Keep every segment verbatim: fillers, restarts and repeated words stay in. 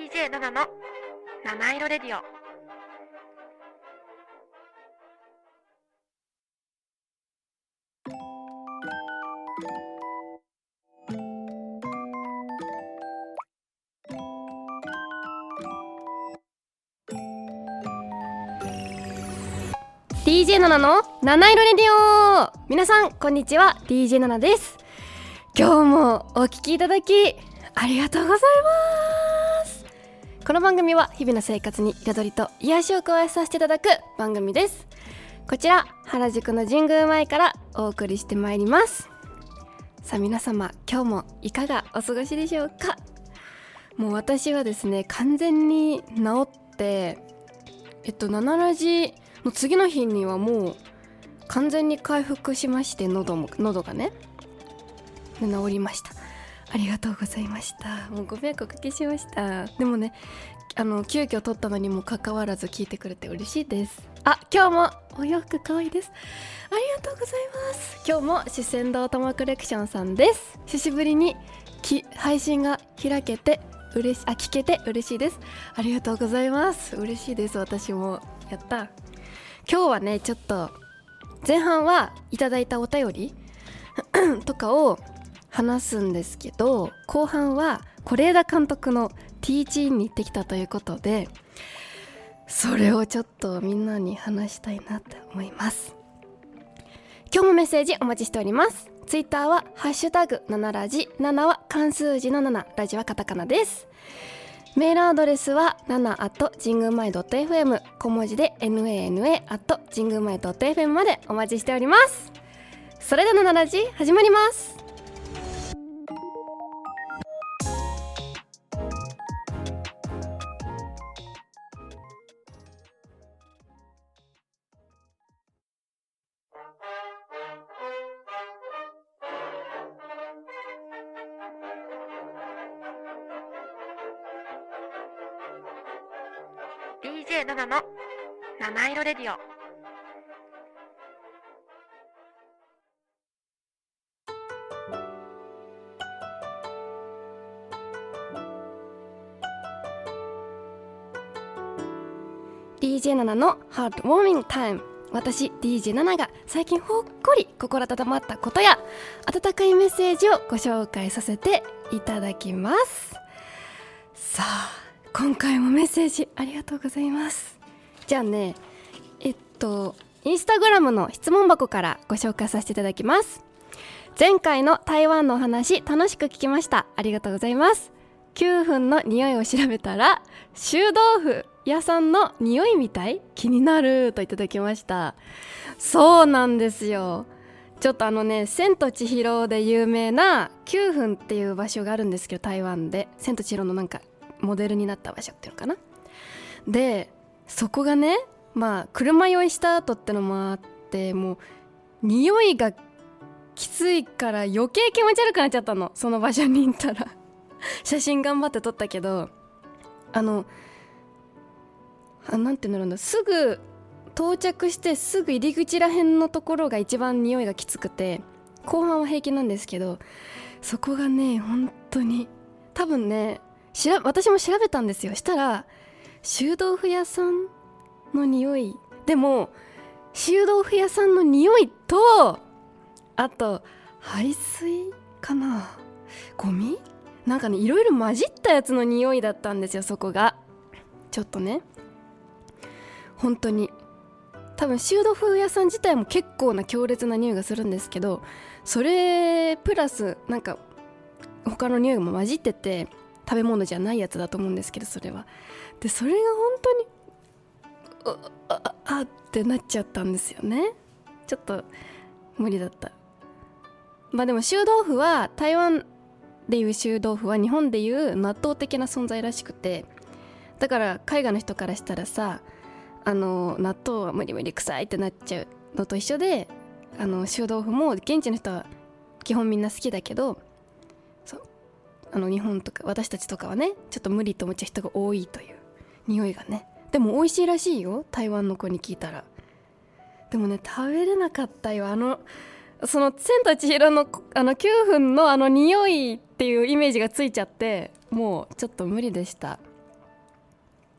ディージェー ナナの七色レディオ。 ディージェー ナナの七色レディオ。皆さんこんにちは、 ディージェー ナナです。今日もお聞きいただきありがとうございます。この番組は日々の生活に彩りと癒しを加えさせていただく番組です。こちら原宿の神宮前からお送りしてまいります。さあ皆様、今日もいかがお過ごしでしょうか。もう私はですね、完全に治ってえっとナナラジの次の日にはもう完全に回復しまして、喉も喉がねで治りました。ありがとうございました。もうご迷惑おかけしました。でもね、あの急遽撮ったのにもかかわらず聞いてくれて嬉しいです。あ、今日もお洋服可愛いです。ありがとうございます。今日も四川堂友コレクションさんです。久しぶりにき配信が開けて嬉しあ聞けて嬉しいです。ありがとうございます。嬉しいです。私もやった。今日はね、ちょっと前半はいただいたお便りとかを話すんですけど、後半は是枝監督の ティーチー に行ってきたということで、それをちょっとみんなに話したいなと思います。今日もメッセージお待ちしております。ツイッターはハッシュタグななラジ、ななは漢数字のなな、ラジはカタカナです。メールアドレスはなな アット 神宮前 .fm、 小文字で ナナ アット 神宮前 .fm までお待ちしております。それではななラジ始まります。 ディージェー ナナの七色レディオ。 ディージェー ナナのハートウォーミングタイム。私 ディージェー ナナが最近ほっこり心温まったことや温かいメッセージをご紹介させていただきます。さあ今回もメッセージありがとうございます。じゃあね、えっとインスタグラムの質問箱からご紹介させていただきます。前回の台湾のお話楽しく聞きました。ありがとうございます。きゅうふんの匂いを調べたら臭豆腐屋さんの匂いみたい、気になるといただきました。そうなんですよ。ちょっとあのね、千と千尋で有名なきゅうふんっていう場所があるんですけど、台湾で千と千尋のなんかモデルになった場所っていうのかな。でそこがね、まあ車酔いした後ってのもあって、もう匂いがきついから余計気持ち悪くなっちゃったの。その場所に行ったら写真頑張って撮ったけど、あのあなんていうんだろうな、すぐ到着してすぐ入り口らへんのところが一番匂いがきつくて、後半は平気なんですけど、そこがね本当に多分ね、しら私も調べたんですよ。したら臭豆腐屋さんの匂いでも、臭豆腐屋さんの匂いと、あと排水かな、ゴミなんかね、いろいろ混じったやつの匂いだったんですよ。そこがちょっとね、本当に多分臭豆腐屋さん自体も結構な強烈な匂いがするんですけど、それプラスなんか他の匂いも混じってて、食べ物じゃないやつだと思うんですけど、それはでそれが本当にあああってなっちゃったんですよね。ちょっと無理だった。まあでも臭豆腐は台湾でいう臭豆腐は日本でいう納豆的な存在らしくて、だから海外の人からしたらさ、あの納豆は無理無理臭いってなっちゃうのと一緒で、あの臭豆腐も現地の人は基本みんな好きだけど、そうあの日本とか私たちとかはね、ちょっと無理と思っちゃう人が多いという匂いがね。でも美味しいらしいよ、台湾の子に聞いたら。でもね、食べれなかったよ。あのその千と千尋のあのきゅうふんのあの匂いっていうイメージがついちゃって、もうちょっと無理でした。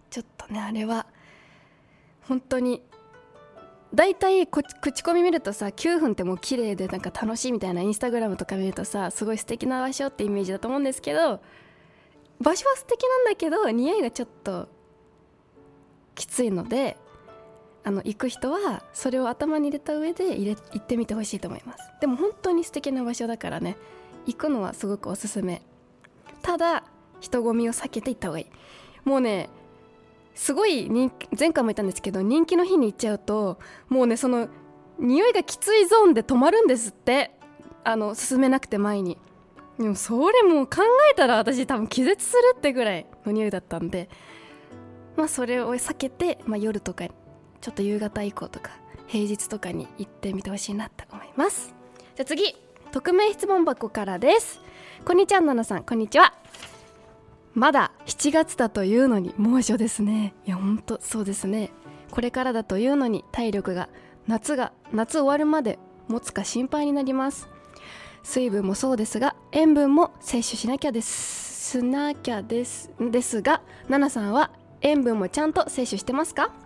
ちょっとねあれは本当にだいたいこ口コミ見るとさきゅうふんってもう綺麗でなんか楽しいみたいなインスタグラムとか見るとさすごい素敵な場所ってイメージだと思うんですけど、場所は素敵なんだけど匂いがちょっときついので、あの行く人はそれを頭に入れた上で入れ行ってみてほしいと思います。でも本当に素敵な場所だからね、行くのはすごくおすすめ。ただ人混みを避けて行った方がいい。もうねすごい人気、前回も言ったんですけど人気の日に行っちゃうともうねその匂いがきついゾーンで止まるんですって、あの進めなくて前に。でもそれもう考えたら私多分気絶するってぐらいの匂いだったんで、まあそれを避けて、まあ、夜とかちょっと夕方以降とか平日とかに行ってみてほしいなと思います。じゃあ次、匿名質問箱からです。こんにちは、ななさんこんにちは。まだしちがつだというのに猛暑ですね。いやほんとそうですね。これからだというのに体力が夏が夏終わるまで持つか心配になります。水分もそうですが塩分も摂取しなきゃですしなきゃですですが、ななさんは塩分もちゃんと摂取してますか？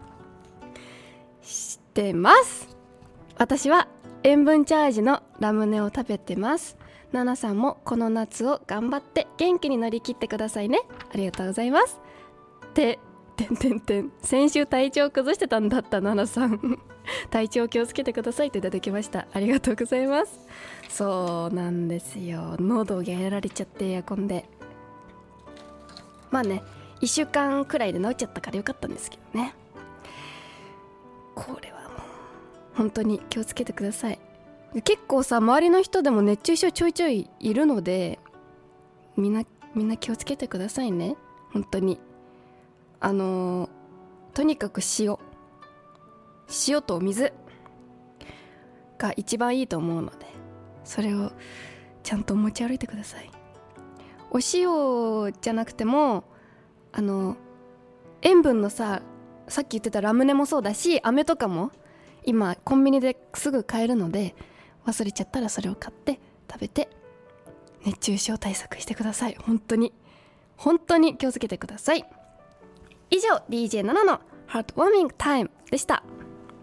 してます。私は塩分チャージのラムネを食べてます。ナナさんもこの夏を頑張って元気に乗り切ってくださいね。ありがとうございます。ててんてんてん先週体調崩してたんだったナナさん体調気をつけてくださいといただきました。ありがとうございます。そうなんですよ、喉がやられちゃってエアコンで。まあねいっしゅうかんくらいで治っちゃったからよかったんですけどね。これはもう本当に気をつけてください。結構さ周りの人でも熱中症ちょいちょいいるので、みんなみんな気をつけてくださいね。本当にあのー、とにかく塩塩とお水が一番いいと思うので、それをちゃんと持ち歩いてください。お塩じゃなくてもあの塩分のささっき言ってたラムネもそうだし、飴とかも今コンビニですぐ買えるので、忘れちゃったらそれを買って食べて熱中症対策してください。本当に本当に気をつけてください。以上 ディージェーナナ のハートウォーミングタイムでした。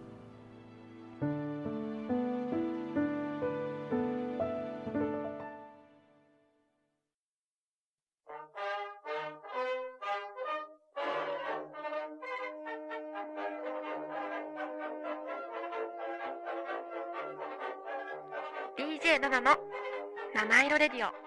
ディージェーナナ の七色レディオ。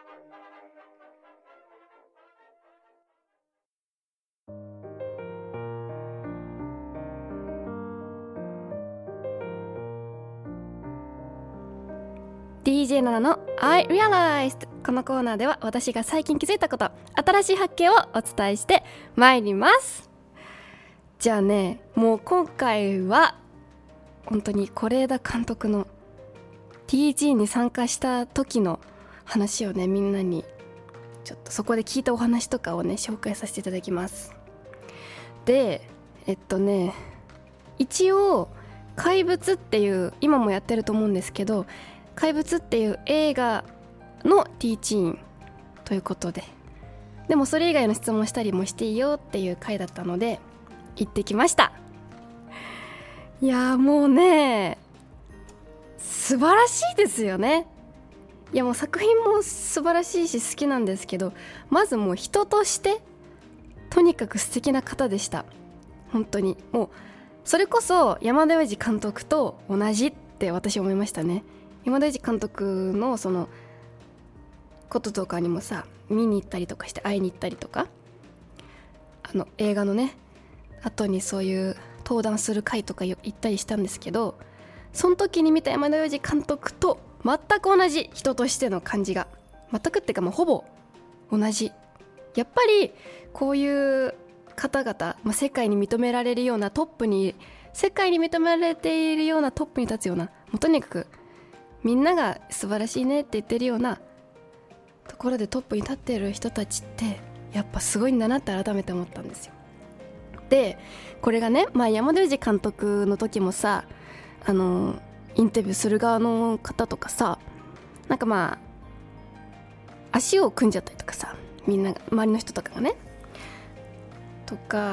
ディージェーナナ の I Realized。 このコーナーでは私が最近気づいたこと、新しい発見をお伝えしてまいります。じゃあね、もう今回は本当に是枝監督の ティージー に参加した時の話をね、みんなにちょっとそこで聞いたお話とかをね紹介させていただきます。でえっとね一応怪物っていう今もやってると思うんですけど、怪物っていう映画のティーチーンということで、でもそれ以外の質問したりもしていいよっていう回だったので行ってきました。いやーもうね素晴らしいですよね。いやもう作品も素晴らしいし好きなんですけど、まずもう人としてとにかく素敵な方でした。本当にもうそれこそ山田洋次監督と同じって私思いましたね。山田洋次監督のそのこととかにもさ見に行ったりとかして会いに行ったりとか、あの映画のね後にそういう登壇する会とか行ったりしたんですけど、その時に見た山田洋次監督と全く同じ人としての感じが、全くっていうかまあほぼ同じ。やっぱりこういう方々、まあ、世界に認められるようなトップに世界に認められているようなトップに立つような、もうとにかくみんなが素晴らしいねって言ってるようなところでトップに立っている人たちってやっぱすごいんだなって改めて思ったんですよ。でこれがね、まあ、山田洋次監督の時もさ、あのインタビューする側の方とかさ、なんかまあ足を組んじゃったりとかさ、みんなが周りの人とかがねとか、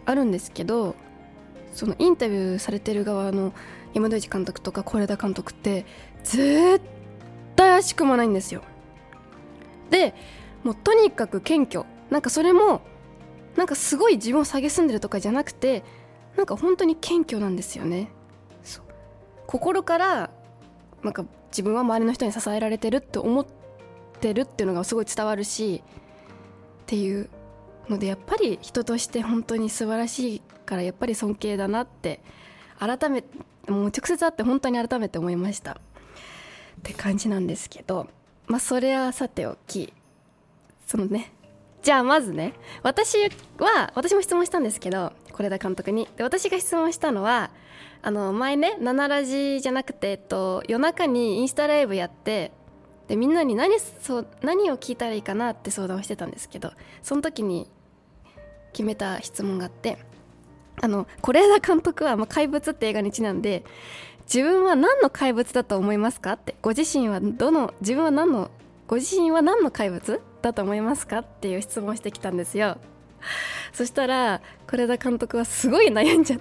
あるんですけど、そのインタビューされてる側の山田裕二監督とか是枝監督って絶対怪しくもないんですよ。でもうとにかく謙虚、なんかそれもなんかすごい自分を蔑んでるとかじゃなくて、なんか本当に謙虚なんですよね。そう、心からなんか自分は周りの人に支えられてるって思ってるっていうのがすごい伝わるしっていうので、やっぱり人として本当に素晴らしいから、やっぱり尊敬だなって改めて、もう直接会って本当に改めて思いましたって感じなんですけど、まあそれはさておき、そのね、じゃあまずね、私は私も質問したんですけど、是枝監督に。で私が質問したのは、あの前ねナナラジじゃなくて、えっと、夜中にインスタライブやって、でみんなに 何, そう何を聞いたらいいかなって相談をしてたんですけど、その時に決めた質問があって、あの是枝監督は、まあ、怪物って映画にちなんで、自分は何の怪物だと思いますかって、ご自身はどの自分は何のご自身は何の怪物だと思いますかっていう質問をしてきたんですよ。そしたら是枝監督はすごい悩んじゃって、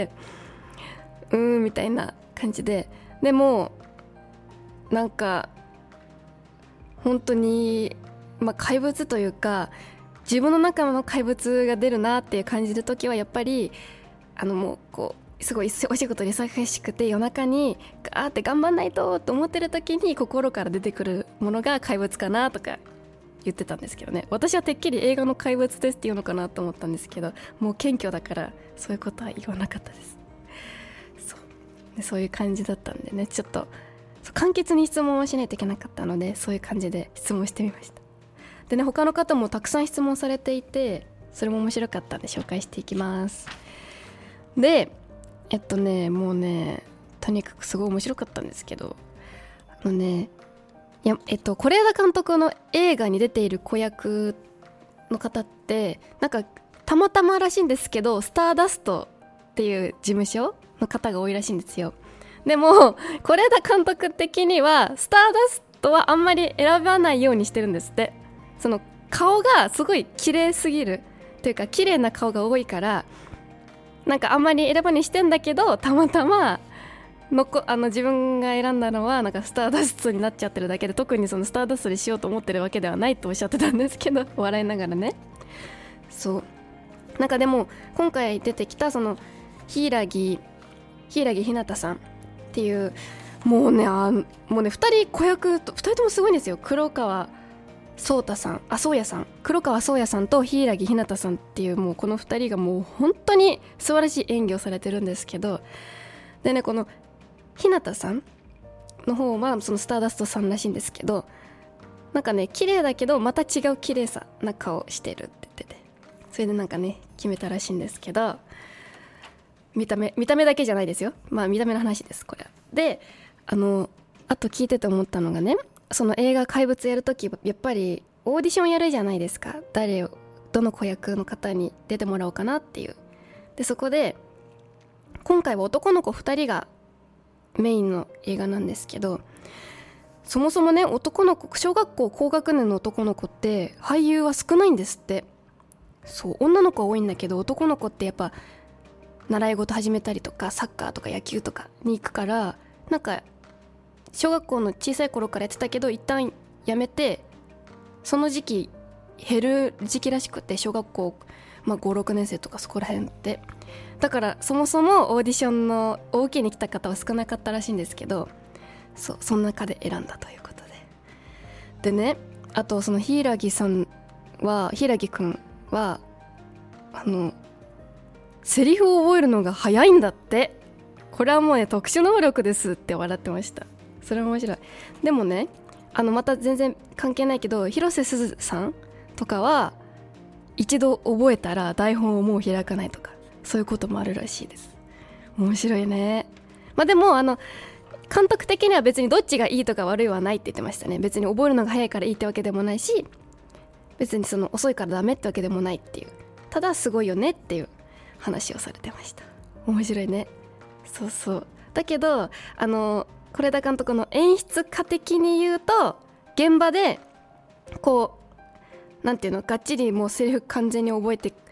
うーんみたいな感じで、でもなんか本当に、まあ、怪物というか自分の中の怪物が出るなっていう感じる時は、やっぱりあのもうこうすごいお仕事で忙しくて夜中にガーって頑張んないとと思ってる時に心から出てくるものが怪物かなとか言ってたんですけどね。私はてっきり映画の怪物ですって言うのかなと思ったんですけど、もう謙虚だからそういうことは言わなかったです。そうでそういう感じだったんでね、ちょっと簡潔に質問をしないといけなかったので、そういう感じで質問してみました。でね、他の方もたくさん質問されていて、それも面白かったんで紹介していきます。でえっとねもうねとにかくすごい面白かったんですけど、あのねいやえっと是枝監督の映画に出ている子役の方ってなんかたまたまらしいんですけど、スターダストっていう事務所の方が多いらしいんですよ。でも是枝監督的にはスターダストはあんまり選ばないようにしてるんですって。その顔がすごい綺麗すぎるというか、綺麗な顔が多いからなんかあんまり選ばにしてんだけど、たまたまのこあの自分が選んだのはなんかスターダストになっちゃってるだけで、特にそのスターダストにしようと思ってるわけではないとおっしゃってたんですけど、笑いながらね。そうなんかでも今回出てきたその柊柊ひなたさんっていう、もうねあもうねふたり子役とふたりともすごいんですよ。黒川そうたさんあそうやさん黒川そうやさんと柊ひなたさんっていう、もうこのふたりがもう本当に素晴らしい演技をされてるんですけど、でねこのひなたさんの方はそのスターダストさんらしいんですけど、なんかね綺麗だけどまた違う綺麗さな顔してるって言ってて、それでなんかね決めたらしいんですけど、見た目見た目だけじゃないですよ。まあ見た目の話ですこれで。あのあと聞いてて思ったのがね、その映画怪物やるときやっぱりオーディションやるじゃないですか。誰をどの子役の方に出てもらおうかなっていう。でそこで今回は男の子ふたりがメインの映画なんですけど、そもそもね男の子小学校高学年の男の子って俳優は少ないんですって。そう女の子は多いんだけど、男の子ってやっぱ習い事始めたりとかサッカーとか野球とかに行くから、なんか小学校の小さい頃からやってたけど一旦やめて、その時期減る時期らしくて、小学校、まあ、ご、ろくねん生とかそこら辺って。だからそもそもオーディションのを受けに来た方は少なかったらしいんですけど、そうその中で選んだということで。でね、あとその柊さんは柊くんはあのセリフを覚えるのが早いんだって。これはもうね特殊能力ですって笑ってました。それ面白い。でもねあのまた全然関係ないけど、広瀬すずさんとかは一度覚えたら台本をもう開かないとか、そういうこともあるらしいです。面白いね。まあでもあの監督的には別にどっちがいいとか悪いはないって言ってましたね。別に覚えるのが早いからいいってわけでもないし、別にその遅いからダメってわけでもないっていう、ただすごいよねっていう話をされてました。面白いね。そうそうだけどあの是枝監督の演出家的に言うと、現場でこうなんていうのがっちりもうセリフ完全に覚えて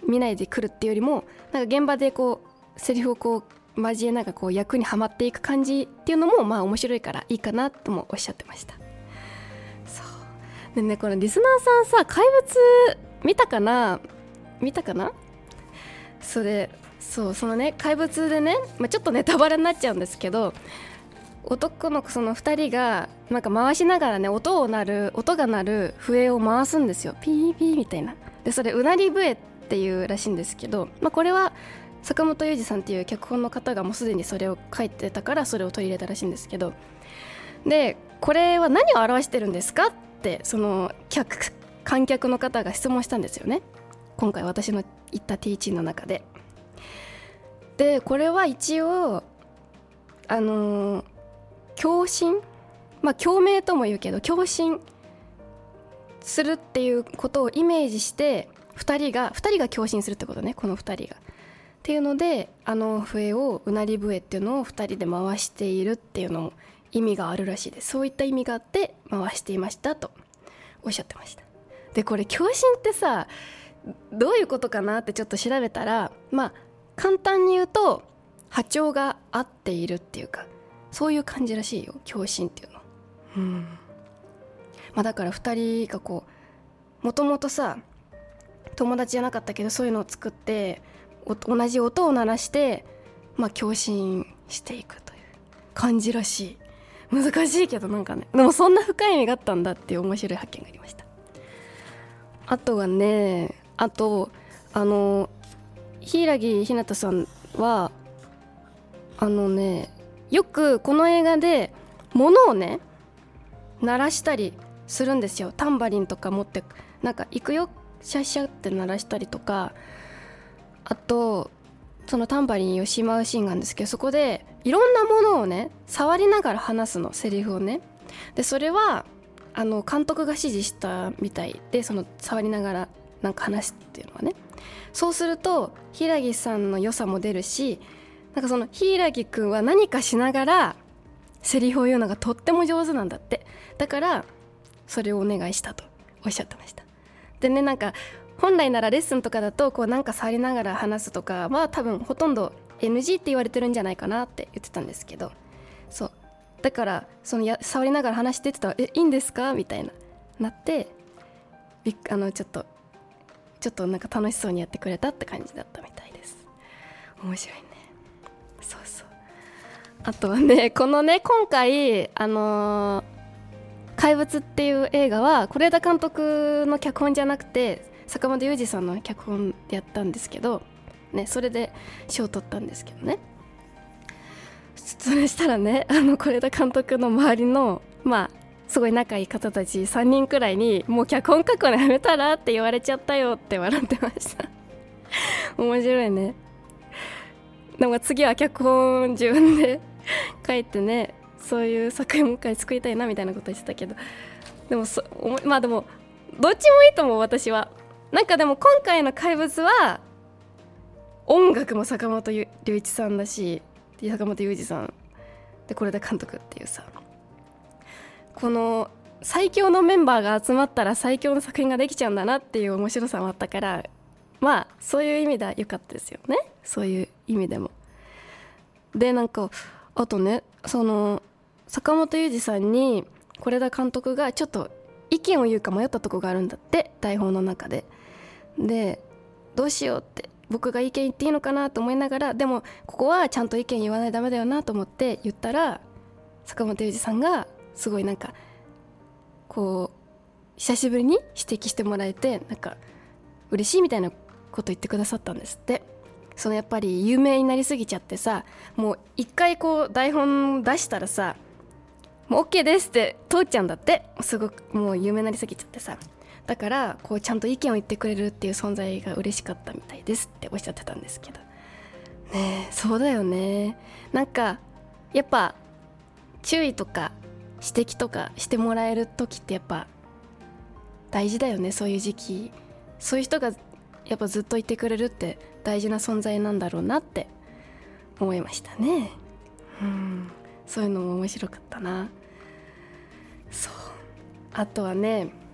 見ないで来るっていうよりもなんか現場でこうセリフをこう交えながらこう役にはまっていく感じっていうのもまあ面白いからいいかなともおっしゃってました。そうでね、このリスナーさんさ怪物見たかな見たかなそれそうそのね怪物でね、まあ、ちょっとネタバレになっちゃうんですけど、男の子そのふたりがなんか回しながらね音を鳴る音が鳴る笛を回すんですよ。ピーピーみたいな。でそれうなり笛っていうらしいんですけど、まあ、これは坂本雄二さんっていう脚本の方がもうすでにそれを書いてたからそれを取り入れたらしいんですけど、でこれは何を表してるんですかってその客観客の方が質問したんですよね、今回私の言ったティーチンの中で。でこれは一応あのー、共振、まあ共鳴とも言うけど共振するっていうことをイメージしてふたりがふたりが共振するってことね、このふたりがっていうので、あの笛をうなり笛っていうのをふたりで回しているっていうのも意味があるらしいです。そういった意味があって回していましたとおっしゃってました。でこれ共振ってさどういうことかなってちょっと調べたら、まあ簡単に言うと波長が合っているっていうかそういう感じらしいよ、共振っていうの。うん、まあだからふたりがこうもともとさ友達じゃなかったけどそういうのを作って同じ音を鳴らして、まあ、共振していくという感じらしい。難しいけどなんかね、でもそんな深い意味があったんだっていう面白い発見がありました。あとはね、あとあの柊木ひなたさんはあのねよくこの映画で物をね鳴らしたりするんですよ。タンバリンとか持ってなんか行くよシャッシャって鳴らしたりとか、あとそのタンバリンをしまうシーンがあるんですけど、そこでいろんなものをね触りながら話すの、セリフをね。でそれはあの監督が指示したみたいで、その触りながらなんか話すっていうのはね、そうすると柊木さんの良さも出るし、なんかその柊木くんは何かしながらセリフを言うのがとっても上手なんだって。だからそれをお願いしたとおっしゃってました。でね、なんか本来ならレッスンとかだとこうなんか触りながら話すとかは多分ほとんど エヌジー って言われてるんじゃないかなって言ってたんですけど、そうだからそのや触りながら話してって言ったらえいいんですかみたいななってびあのちょっとちょっとなんか楽しそうにやってくれたって感じだったみたいです。面白いね。そうそう。あとはねこのね今回あのー、怪物っていう映画は是枝監督の脚本じゃなくて坂本雄二さんの脚本でやったんですけど、ね、それで賞を取ったんですけどね。それしたらねあの是枝監督の周りのまあすごい仲いい方たちさんにんくらいにもう脚本書くのやめたらって言われちゃったよって笑ってました面白いね。でも次は脚本自分で書いてね、そういう作品もう一回作りたいなみたいなこと言ってたけど、でもそまあでもどっちもいいと思う私は。なんかでも今回の怪物は音楽も坂本龍一さんだし坂本雄二さんで是枝監督っていうさ、この最強のメンバーが集まったら最強の作品ができちゃうんだなっていう面白さもあったから、まあそういう意味では良かったですよね、そういう意味でも。でなんかあとねその坂本雄二さんに是枝監督がちょっと意見を言うか迷ったとこがあるんだって、台本の中で。でどうしようって僕が意見言っていいのかなと思いながら、でもここはちゃんと意見言わないとダメだよなと思って言ったら、坂本龍二さんがすごいなんかこう久しぶりに指摘してもらえてなんか嬉しいみたいなこと言ってくださったんですって。そのやっぱり有名になりすぎちゃってさ、もう一回こう台本出したらさもう OK ですって通っちゃうんだって。すごくもう有名になりすぎちゃってさ、だからこうちゃんと意見を言ってくれるっていう存在が嬉しかったみたいですっておっしゃってたんですけどね。えそうだよね。なんかやっぱ注意とか指摘とかしてもらえる時ってやっぱ大事だよね。そういう時期そういう人がやっぱずっといてくれるって大事な存在なんだろうなって思いましたね。うんそういうのも面白かったな。そうあとはね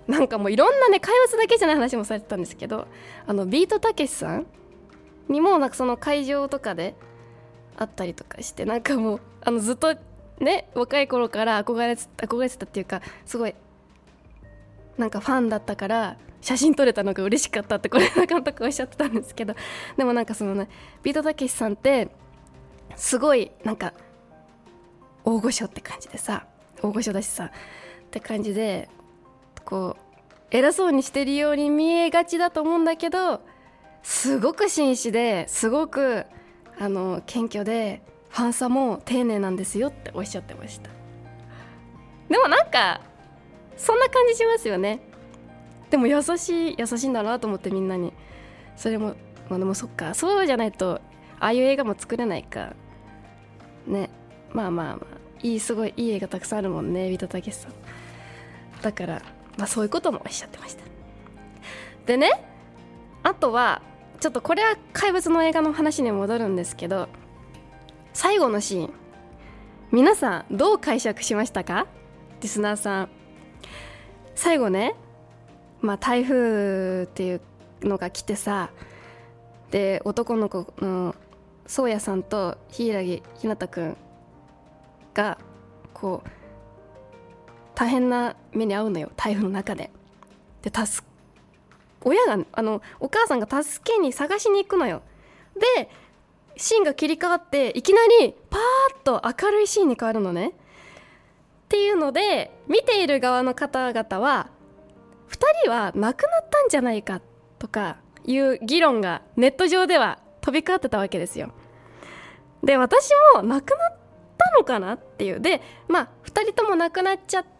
なんかもういろんなね怪物だけじゃない話もされてたんですけど、あのビートたけしさんにもなんかその会場とかであったりとかして、なんかもうあのずっとね若い頃から憧れて憧れてたっていうか、すごいなんかファンだったから写真撮れたのが嬉しかったってこれの監督おっしゃってたんですけど、でもなんかそのねビートたけしさんってすごいなんか大御所って感じでさ、大御所だしさって感じでこう偉そうにしてるように見えがちだと思うんだけど、すごく紳士ですごくあの謙虚でファンサも丁寧なんですよっておっしゃってました。でもなんかそんな感じしますよね。でも優しい優しいんだなと思って、みんなに。それもまあでもそっか、そうじゃないとああいう映画も作れないかね。まあまあまあいい、すごいいい映画たくさんあるもんね、ビートたけしさんだから、まあそういうこともおっしゃってました。でね、あとはちょっとこれは怪物の映画の話に戻るんですけど、最後のシーン皆さんどう解釈しましたか？リスナーさん。最後ね、まあ台風っていうのが来てさ、で男の子の宗谷さんと柊ひなたくんがこう大変な目に遭うのよ、台風の中で。で助親があのお母さんが助けに探しに行くのよ。でシーンが切り替わっていきなりパーッと明るいシーンに変わるのね。っていうので見ている側の方々はふたりは亡くなったんじゃないかとかいう議論がネット上では飛び交ってたわけですよ。で私も亡くなったのかなっていう。でまあふたりとも亡くなっちゃって、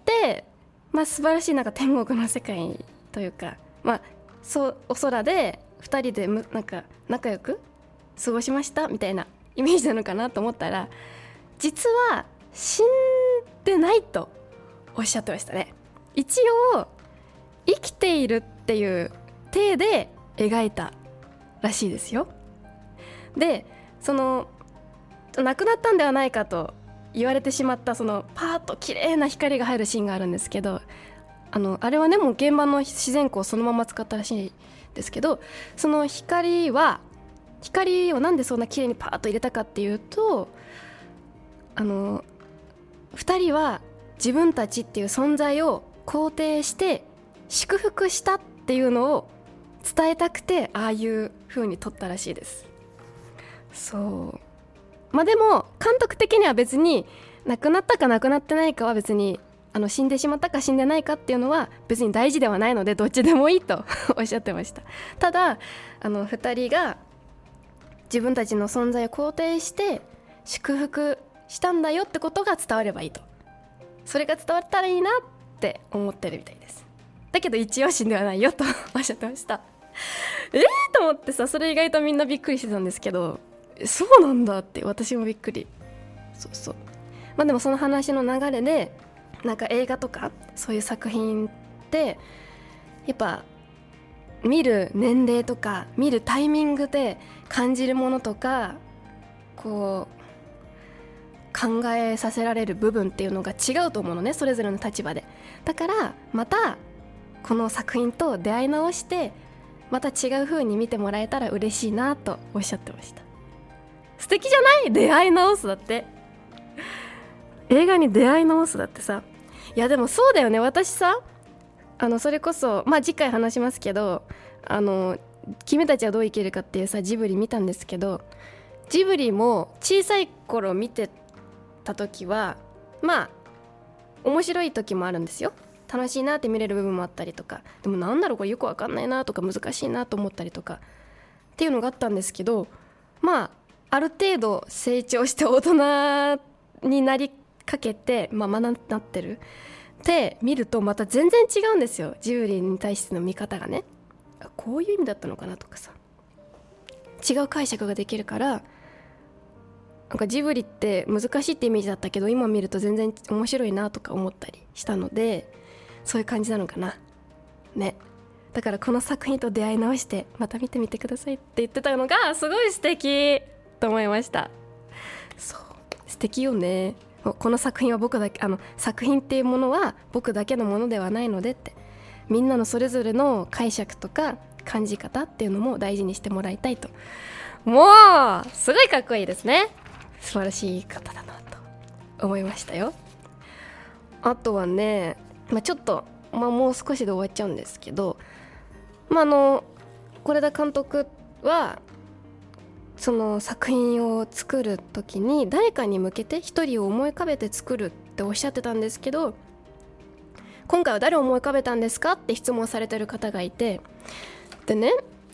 まあ素晴らしいなんか天国の世界というか、まあそうお空でふたりでむなんか仲良く過ごしましたみたいなイメージなのかなと思ったら、実は死んでないとおっしゃってましたね。一応生きているっていう体で描いたらしいですよ。でその亡くなったんではないかと言われてしまったそのパーッと綺麗な光が入るシーンがあるんですけど、あのあれはねもう現場の自然光をそのまま使ったらしいですけど、その光は光をなんでそんな綺麗にパーッと入れたかっていうと、あのふたりは自分たちっていう存在を肯定して祝福したっていうのを伝えたくて、ああいう風に撮ったらしいです。そうまあでも監督的には別に亡くなったか亡くなってないかは別にあの死んでしまったか死んでないかっていうのは別に大事ではないのでどっちでもいいとおっしゃってました。ただあのふたりが自分たちの存在を肯定して祝福したんだよってことが伝わればいいと、それが伝わったらいいなって思ってるみたいです。だけど一応死んではないよとおっしゃってました。えーと思ってさ、それ意外とみんなびっくりしてたんですけど、そうなんだって私もびっくり。そうそうまあでもその話の流れでなんか映画とかそういう作品ってやっぱ見る年齢とか見るタイミングで感じるものとかこう考えさせられる部分っていうのが違うと思うのね、それぞれの立場で。だからまたこの作品と出会い直してまた違う風に見てもらえたら嬉しいなとおっしゃってました。素敵じゃない？出会い直すだって映画に出会い直すだってさ。いやでもそうだよね。私さあのそれこそまあ次回話しますけど、あの君たちはどう生きるかっていうさジブリ見たんですけど、ジブリも小さい頃見てた時はまあ面白い時もあるんですよ。楽しいなって見れる部分もあったりとか、でもなんだろうこれよくわかんないなとか難しいなと思ったりとかっていうのがあったんですけど、まあある程度成長して大人になりかけて、まあ学んなってるって見るとまた全然違うんですよ。ジブリに対しての見方がね、こういう意味だったのかなとかさ、違う解釈ができるから、なんかジブリって難しいってイメージだったけど今見ると全然面白いなとか思ったりしたので、そういう感じなのかなね。だからこの作品と出会い直してまた見てみてくださいって言ってたのがすごい素敵と思いました。そう素敵よね。この作品は僕だけあの作品っていうものは僕だけのものではないのでって、 みんなのそれぞれの解釈とか感じ方っていうのも大事にしてもらいたいと。もうすごいかっこいいですね。素晴らしい方だなと思いましたよ。あとはね、まあ、ちょっと、まあ、もう少しで終わっちゃうんですけど、まあ、あの是枝監督はその作品を作る時に誰かに向けて一人を思い浮かべて作るっておっしゃってたんですけど、今回は誰を思い浮かべたんですかって質問されてる方がいて、でね、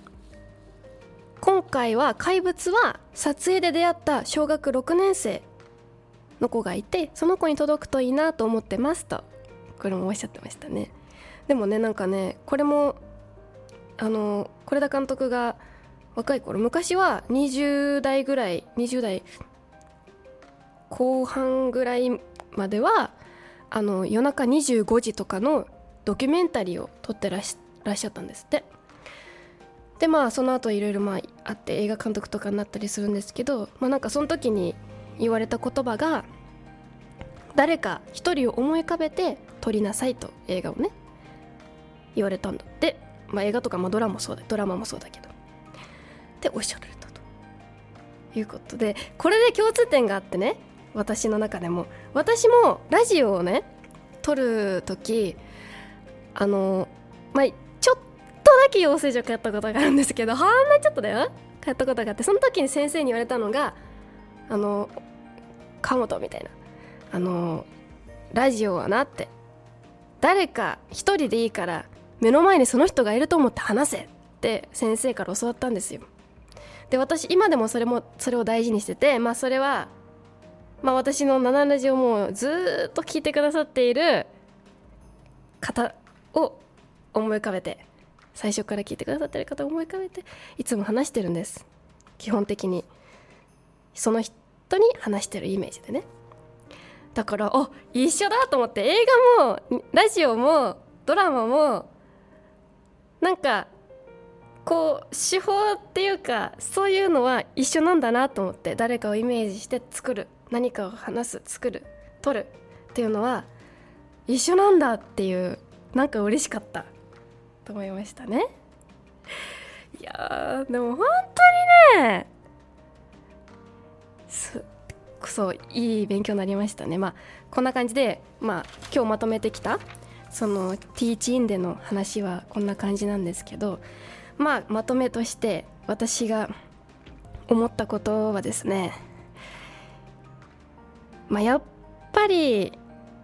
今回は怪物は撮影で出会った小学ろくねん生の子がいて、その子に届くといいなと思ってますと、これもおっしゃってましたね。でもね、なんかね、これもあの是枝監督が若い頃、昔はにじゅう代ぐらい、にじゅう代後半ぐらいまではあの夜中にじゅうごじとかのドキュメンタリーを撮ってらっしらっしゃったんですって。でまあその後いろいろまああって映画監督とかになったりするんですけど、まあなんかその時に言われた言葉が、誰か一人を思い浮かべて撮りなさいと、映画をね言われたんだって。まあ映画とか、まあ、ドラマもそうだドラマもそうだけどっておっしゃられたということで、これで共通点があってね、私の中でも。私もラジオをね撮るとき、あのまあちょっとだけ養成所通ったことがあるんですけど、ほんのちょっとだよ通ったことがあって、その時に先生に言われたのが、あの川本みたいな、あのラジオはなって、誰か一人でいいから目の前にその人がいると思って話せって先生から教わったんですよ。で私今でもそれもそれを大事にしてて、まあそれはまあ私のナナラジオもずっと聞いてくださっている方を思い浮かべて、最初から聞いてくださっている方を思い浮かべていつも話してるんです。基本的にその人に話してるイメージでね。だからあ一緒だと思って、映画もラジオもドラマもなんかこう手法っていうかそういうのは一緒なんだなと思って、誰かをイメージして作る、何かを話す、作る、撮るっていうのは一緒なんだっていう、なんか嬉しかったと思いましたね。いやーでも本当にね、すそういい勉強になりましたね。まあこんな感じで、まあ今日まとめてきたそのティーチインでの話はこんな感じなんですけど、まあまとめとして私が思ったことはですね、まあやっぱり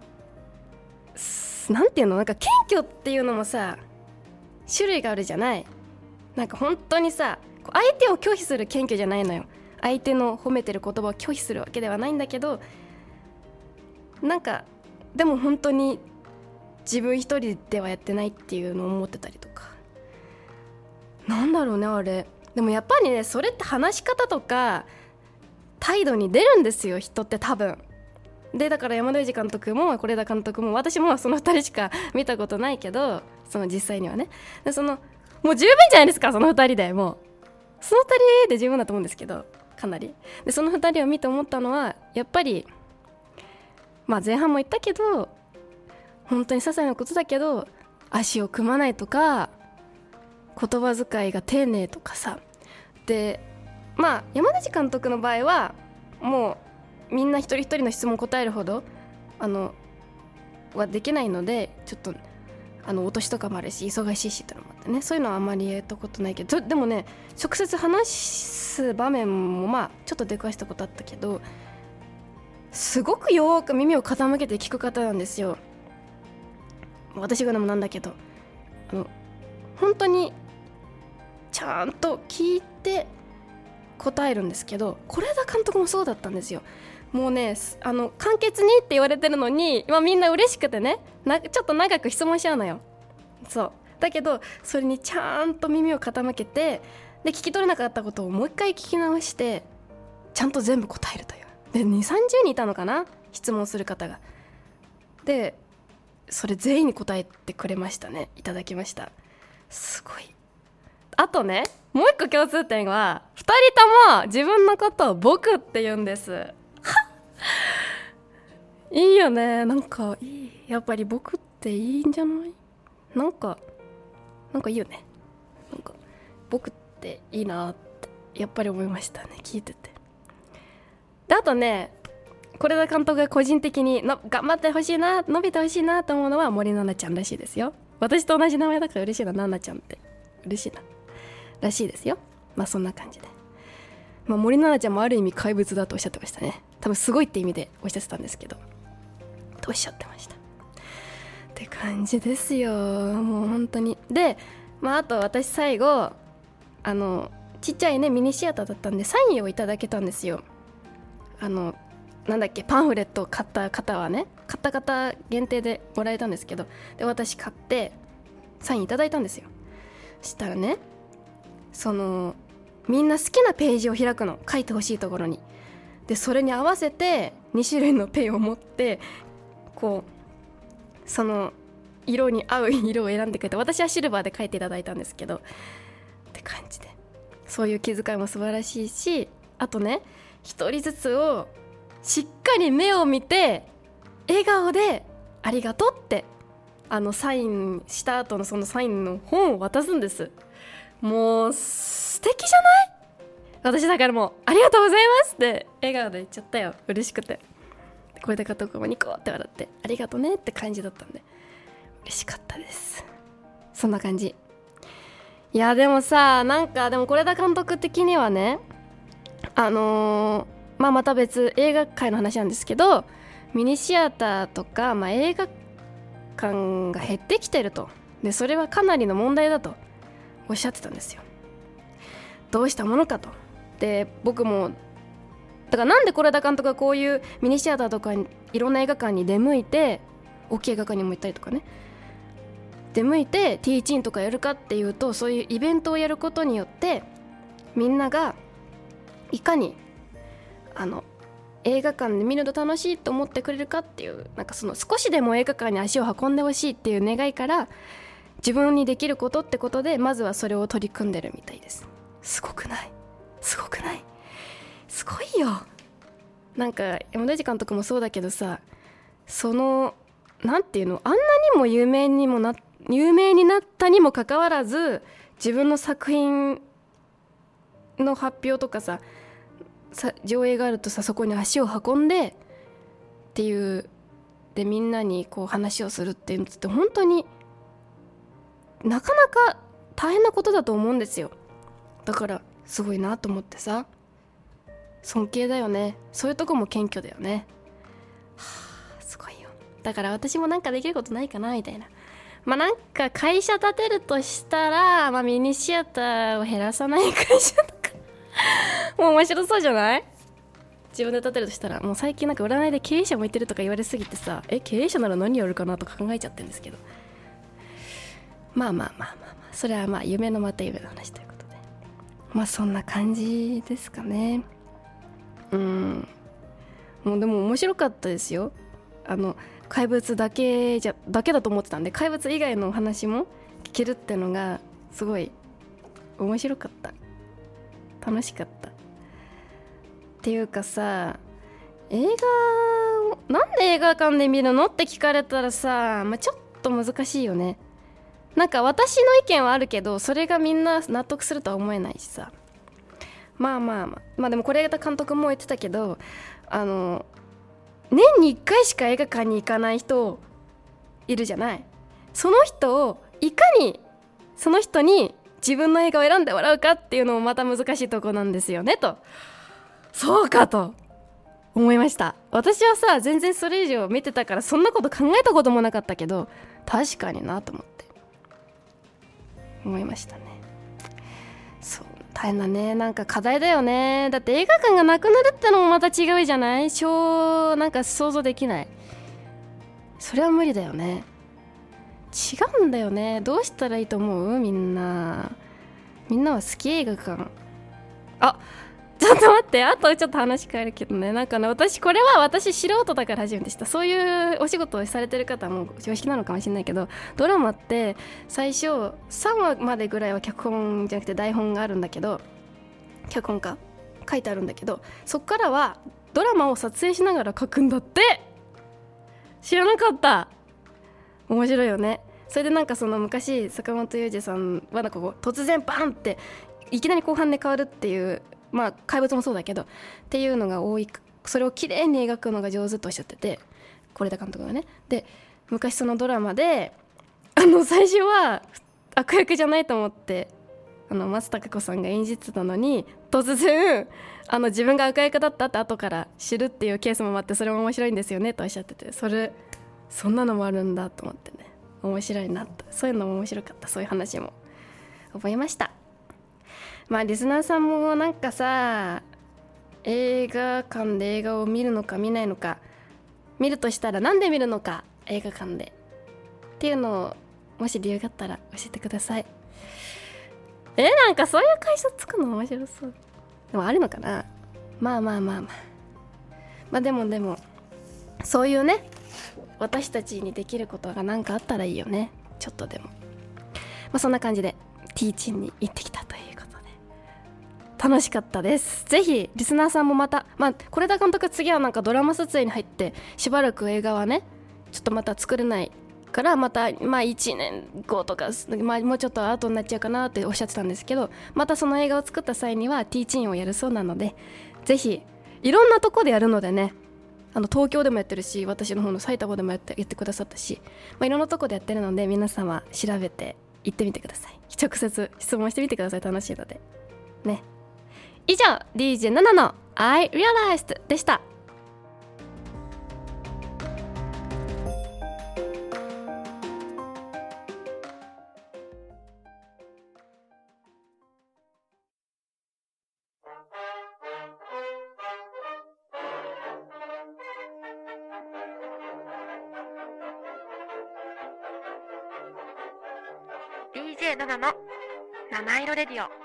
なんていうの、なんか謙虚っていうのもさ種類があるじゃない。なんか本当にさ、相手を拒否する謙虚じゃないのよ。相手の褒めてる言葉を拒否するわけではないんだけど、なんかでも本当に自分一人ではやってないっていうのを思ってたりとか、なんだろうねあれ。でもやっぱりね、それって話し方とか態度に出るんですよ、人って多分。でだから山田裕二監督も是枝監督も、私もそのふたりしか見たことないけど、その実際にはね、でそのもう十分じゃないですか、そのふたりで。もうそのふたりで十分だと思うんですけど、かなり。でそのふたりを見て思ったのは、やっぱりまあ前半も言ったけど、本当に些細なことだけど足を組まないとか、言葉遣いが丁寧とかさ。でまあ山田監督の場合はもうみんな一人一人の質問答えるほどあのはできないので、ちょっとあのお年とかもあるし忙しいしってのもあってね、そういうのはあんまり言ったことないけど、でもね直接話す場面もまあちょっと出くわしたことあったけど、すごくよく耳を傾けて聞く方なんですよ。私がでもなんだけど、あの本当にちゃんと聞いて答えるんですけど、是枝監督もそうだったんですよ。もうね、あの簡潔にって言われてるのに、まあ、みんな嬉しくてね、なちょっと長く質問しちゃうのよ。そうだけどそれにちゃんと耳を傾けて、で聞き取れなかったことをもう一回聞き直してちゃんと全部答えるという。でにじゅう、さんじゅうにんいたのかな、質問する方が。でそれ全員に答えてくれましたね。いただきました。すごい。あとね、もう一個共通点は、ふたりとも自分のことを僕って言うんですいいよね、なんかいい。やっぱり僕っていいんじゃない？ なんかなんかいいよね。なんか僕っていいなってやっぱり思いましたね、聞いてて。であとね、是枝監督が個人的にの頑張ってほしいな、伸びてほしいなと思うのは森七菜ちゃんらしいですよ。私と同じ名前だから嬉しいな、七菜ちゃんって嬉しいならしいですよ。まあそんな感じで、まあ、森七菜ちゃんもある意味怪物だとおっしゃってましたね。多分すごいって意味でおっしゃってたんですけど、とおっしゃってましたって感じですよ。もう本当に。で、まあ、あと私最後あのちっちゃいねミニシアターだったんでサインをいただけたんですよ。あのなんだっけ、パンフレットを買った方はね、買った方限定でもらえたんですけど、で私買ってサインいただいたんですよ。そしたらね、そのみんな好きなページを開くの、書いてほしいところに。でそれに合わせてに種類のペンを持ってこうその色に合う色を選んでくれて、私はシルバーで書いていただいたんですけどって感じで、そういう気遣いも素晴らしいし、あとね一人ずつをしっかり目を見て笑顔でありがとうってあのサインした後のそのサインの本を渡すんです。もう素敵じゃない？私だからもうありがとうございますって笑顔で言っちゃったよ。嬉しくて、これで監督もニコって笑ってありがとねって感じだったんで嬉しかったです。そんな感じ。いやでもさ、なんかでも是枝監督的にはね、あのー、まあまた別映画界の話なんですけど、ミニシアターとか、まあ、映画館が減ってきてると。でそれはかなりの問題だとおっしゃってたんですよ。どうしたものかと。で僕もだからなんで是枝監督がこういうミニシアターとかにいろんな映画館に出向いて、大きい映画館にも行ったりとかね、出向いてティーチンとかやるかっていうと、そういうイベントをやることによってみんながいかにあの映画館で見ると楽しいと思ってくれるかっていう、なんかその少しでも映画館に足を運んでほしいっていう願いから、自分にできることってことでまずはそれを取り組んでるみたいです。すごくない？すごくない？すごいよ。なんか山田監督もそうだけどさ、そのなんていうの、あんなにも有名にもな有名になったにもかかわらず、自分の作品の発表とかさ、さ上映があるとさ、そこに足を運んでっていうでみんなにこう話をするっていうのって本当になかなか大変なことだと思うんですよ。だからすごいなと思ってさ、尊敬だよね。そういうとこも謙虚だよね。はあ、すごいよ。だから私もなんかできることないかなみたいな。まあなんか会社建てるとしたら、まあ、ミニシアターを減らさない会社とかもう面白そうじゃない？自分で建てるとしたら。もう最近なんか占いで経営者向いてるとか言われすぎてさ、え経営者なら何やるかなとか考えちゃってるんですけど、まあまあまあまあまあ、それはまあ夢のまた夢の話ということで、まあそんな感じですかね。うん、もうでも面白かったですよ。あの怪物だけじゃだけだと思ってたんで、怪物以外のお話も聞けるってのがすごい面白かった、楽しかったっていうかさ、映画をなんで映画館で見るのって聞かれたらさ、まあ、ちょっと難しいよね。なんか私の意見はあるけど、それがみんな納得するとは思えないしさ、まあまあまあまあでも是枝監督も言ってたけど、あの年にいっかいしか映画館に行かない人いるじゃない。その人をいかにその人に自分の映画を選んでもらうかっていうのもまた難しいとこなんですよねと。そうかと思いました。私はさ全然それ以上見てたからそんなこと考えたこともなかったけど、確かになと思って思いましたね。そう大変だね。なんか課題だよね。だって映画館がなくなるってのもまた違うじゃない。小なんか想像できない。それは無理だよね。違うんだよね。どうしたらいいと思う？みんなみんなは好き映画館。あちょっと待って、あとちょっと話変えるけどね、なんかね、私これは私素人だから初めてした。そういうお仕事をされてる方はもう常識なのかもしれないけど、ドラマって最初さんわまでぐらいは脚本じゃなくて台本があるんだけど、脚本家書いてあるんだけど、そっからはドラマを撮影しながら書くんだって。知らなかった。面白いよね。 それでなんかその昔坂本雄二さんはなんかこう突然バンっていきなり後半で変わるっていう、まあ怪物もそうだけどっていうのが多い、それを綺麗に描くのが上手とおっしゃってて、是枝監督がね。で昔そのドラマであの最初は悪役じゃないと思ってあの松たか子さんが演じてたのに、突然あの自分が悪役だったって後から知るっていうケースもあって、それも面白いんですよねとおっしゃってて、それそんなのもあるんだと思ってね、面白いなと、そういうのも面白かった。そういう話も覚えました。まあリスナーさんもなんかさ、映画館で映画を見るのか見ないのか、見るとしたらなんで見るのか映画館でっていうのをもし理由があったら教えてください。えなんかそういう会社つくの面白そう。でもあるのかな。まあまあまあまあまあでもでもそういうね、私たちにできることが何かあったらいいよね、ちょっとでも。まあそんな感じでティーチンに行ってきたということで楽しかったです。ぜひリスナーさんもまた、まあ是枝監督次はなんかドラマ撮影に入ってしばらく映画はねちょっとまた作れないからまたまあいちねんごとか、まあ、もうちょっと後になっちゃうかなっておっしゃってたんですけど、またその映画を作った際にはティーチンをやるそうなので、ぜひいろんなとこでやるのでね、あの東京でもやってるし、私の方の埼玉でもやって、やってくださったし、まあ、いろんなとこでやってるので皆様調べて行ってみてください。直接質問してみてください。楽しいのでね。以上 ディージェー ナナの I Realized でした。 ディージェー ナナの七色レディオ。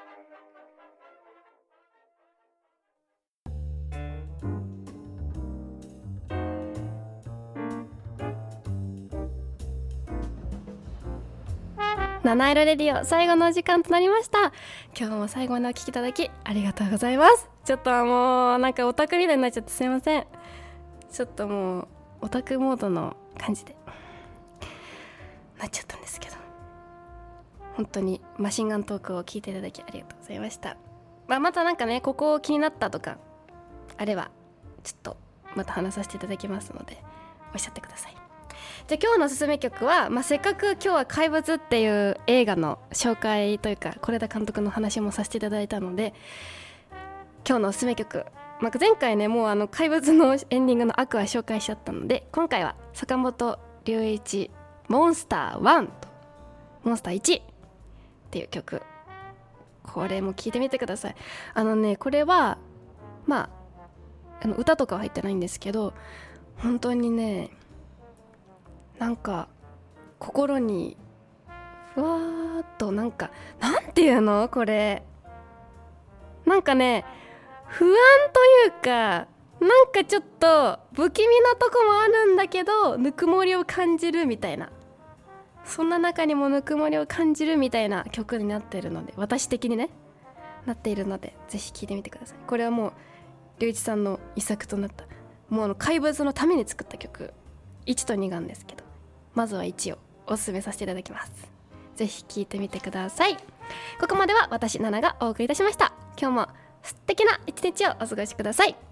七色レディオ最後のお時間となりました。今日も最後までお聞きいただきありがとうございます。ちょっともうなんかオタクみたいになっちゃってすいません。ちょっともうオタクモードの感じでなっちゃったんですけど、本当にマシンガントークを聞いていただきありがとうございました。まあ、またなんかねここ気になったとかあればちょっとまた話させていただきますのでおっしゃってください。じゃあ今日のおすすめ曲は、まあ、せっかく今日は怪物っていう映画の紹介というか是枝監督の話もさせていただいたので、今日のおすすめ曲、まあ、前回ねもうあの怪物のエンディングのアクア紹介しちゃったので、今回は坂本龍一モンスターワンとモンスターいちっていう曲、これも聴いてみてください。あのねこれはまああの歌とかは入ってないんですけど、本当にねなんか心にふわーっとなんかなんていうのこれなんかね不安というかなんかちょっと不気味なとこもあるんだけどぬくもりを感じるみたいな、そんな中にもぬくもりを感じるみたいな曲になっているので、私的にねなっているのでぜひ聴いてみてください。これはもう龍一さんの遺作となったもうあの怪物のために作った曲いちとにがんですけど、まずはいちをおすすめさせていただきます。ぜひ聴いてみてください。ここまでは私ナナがお送りいたしました。今日も素敵な一日をお過ごしください。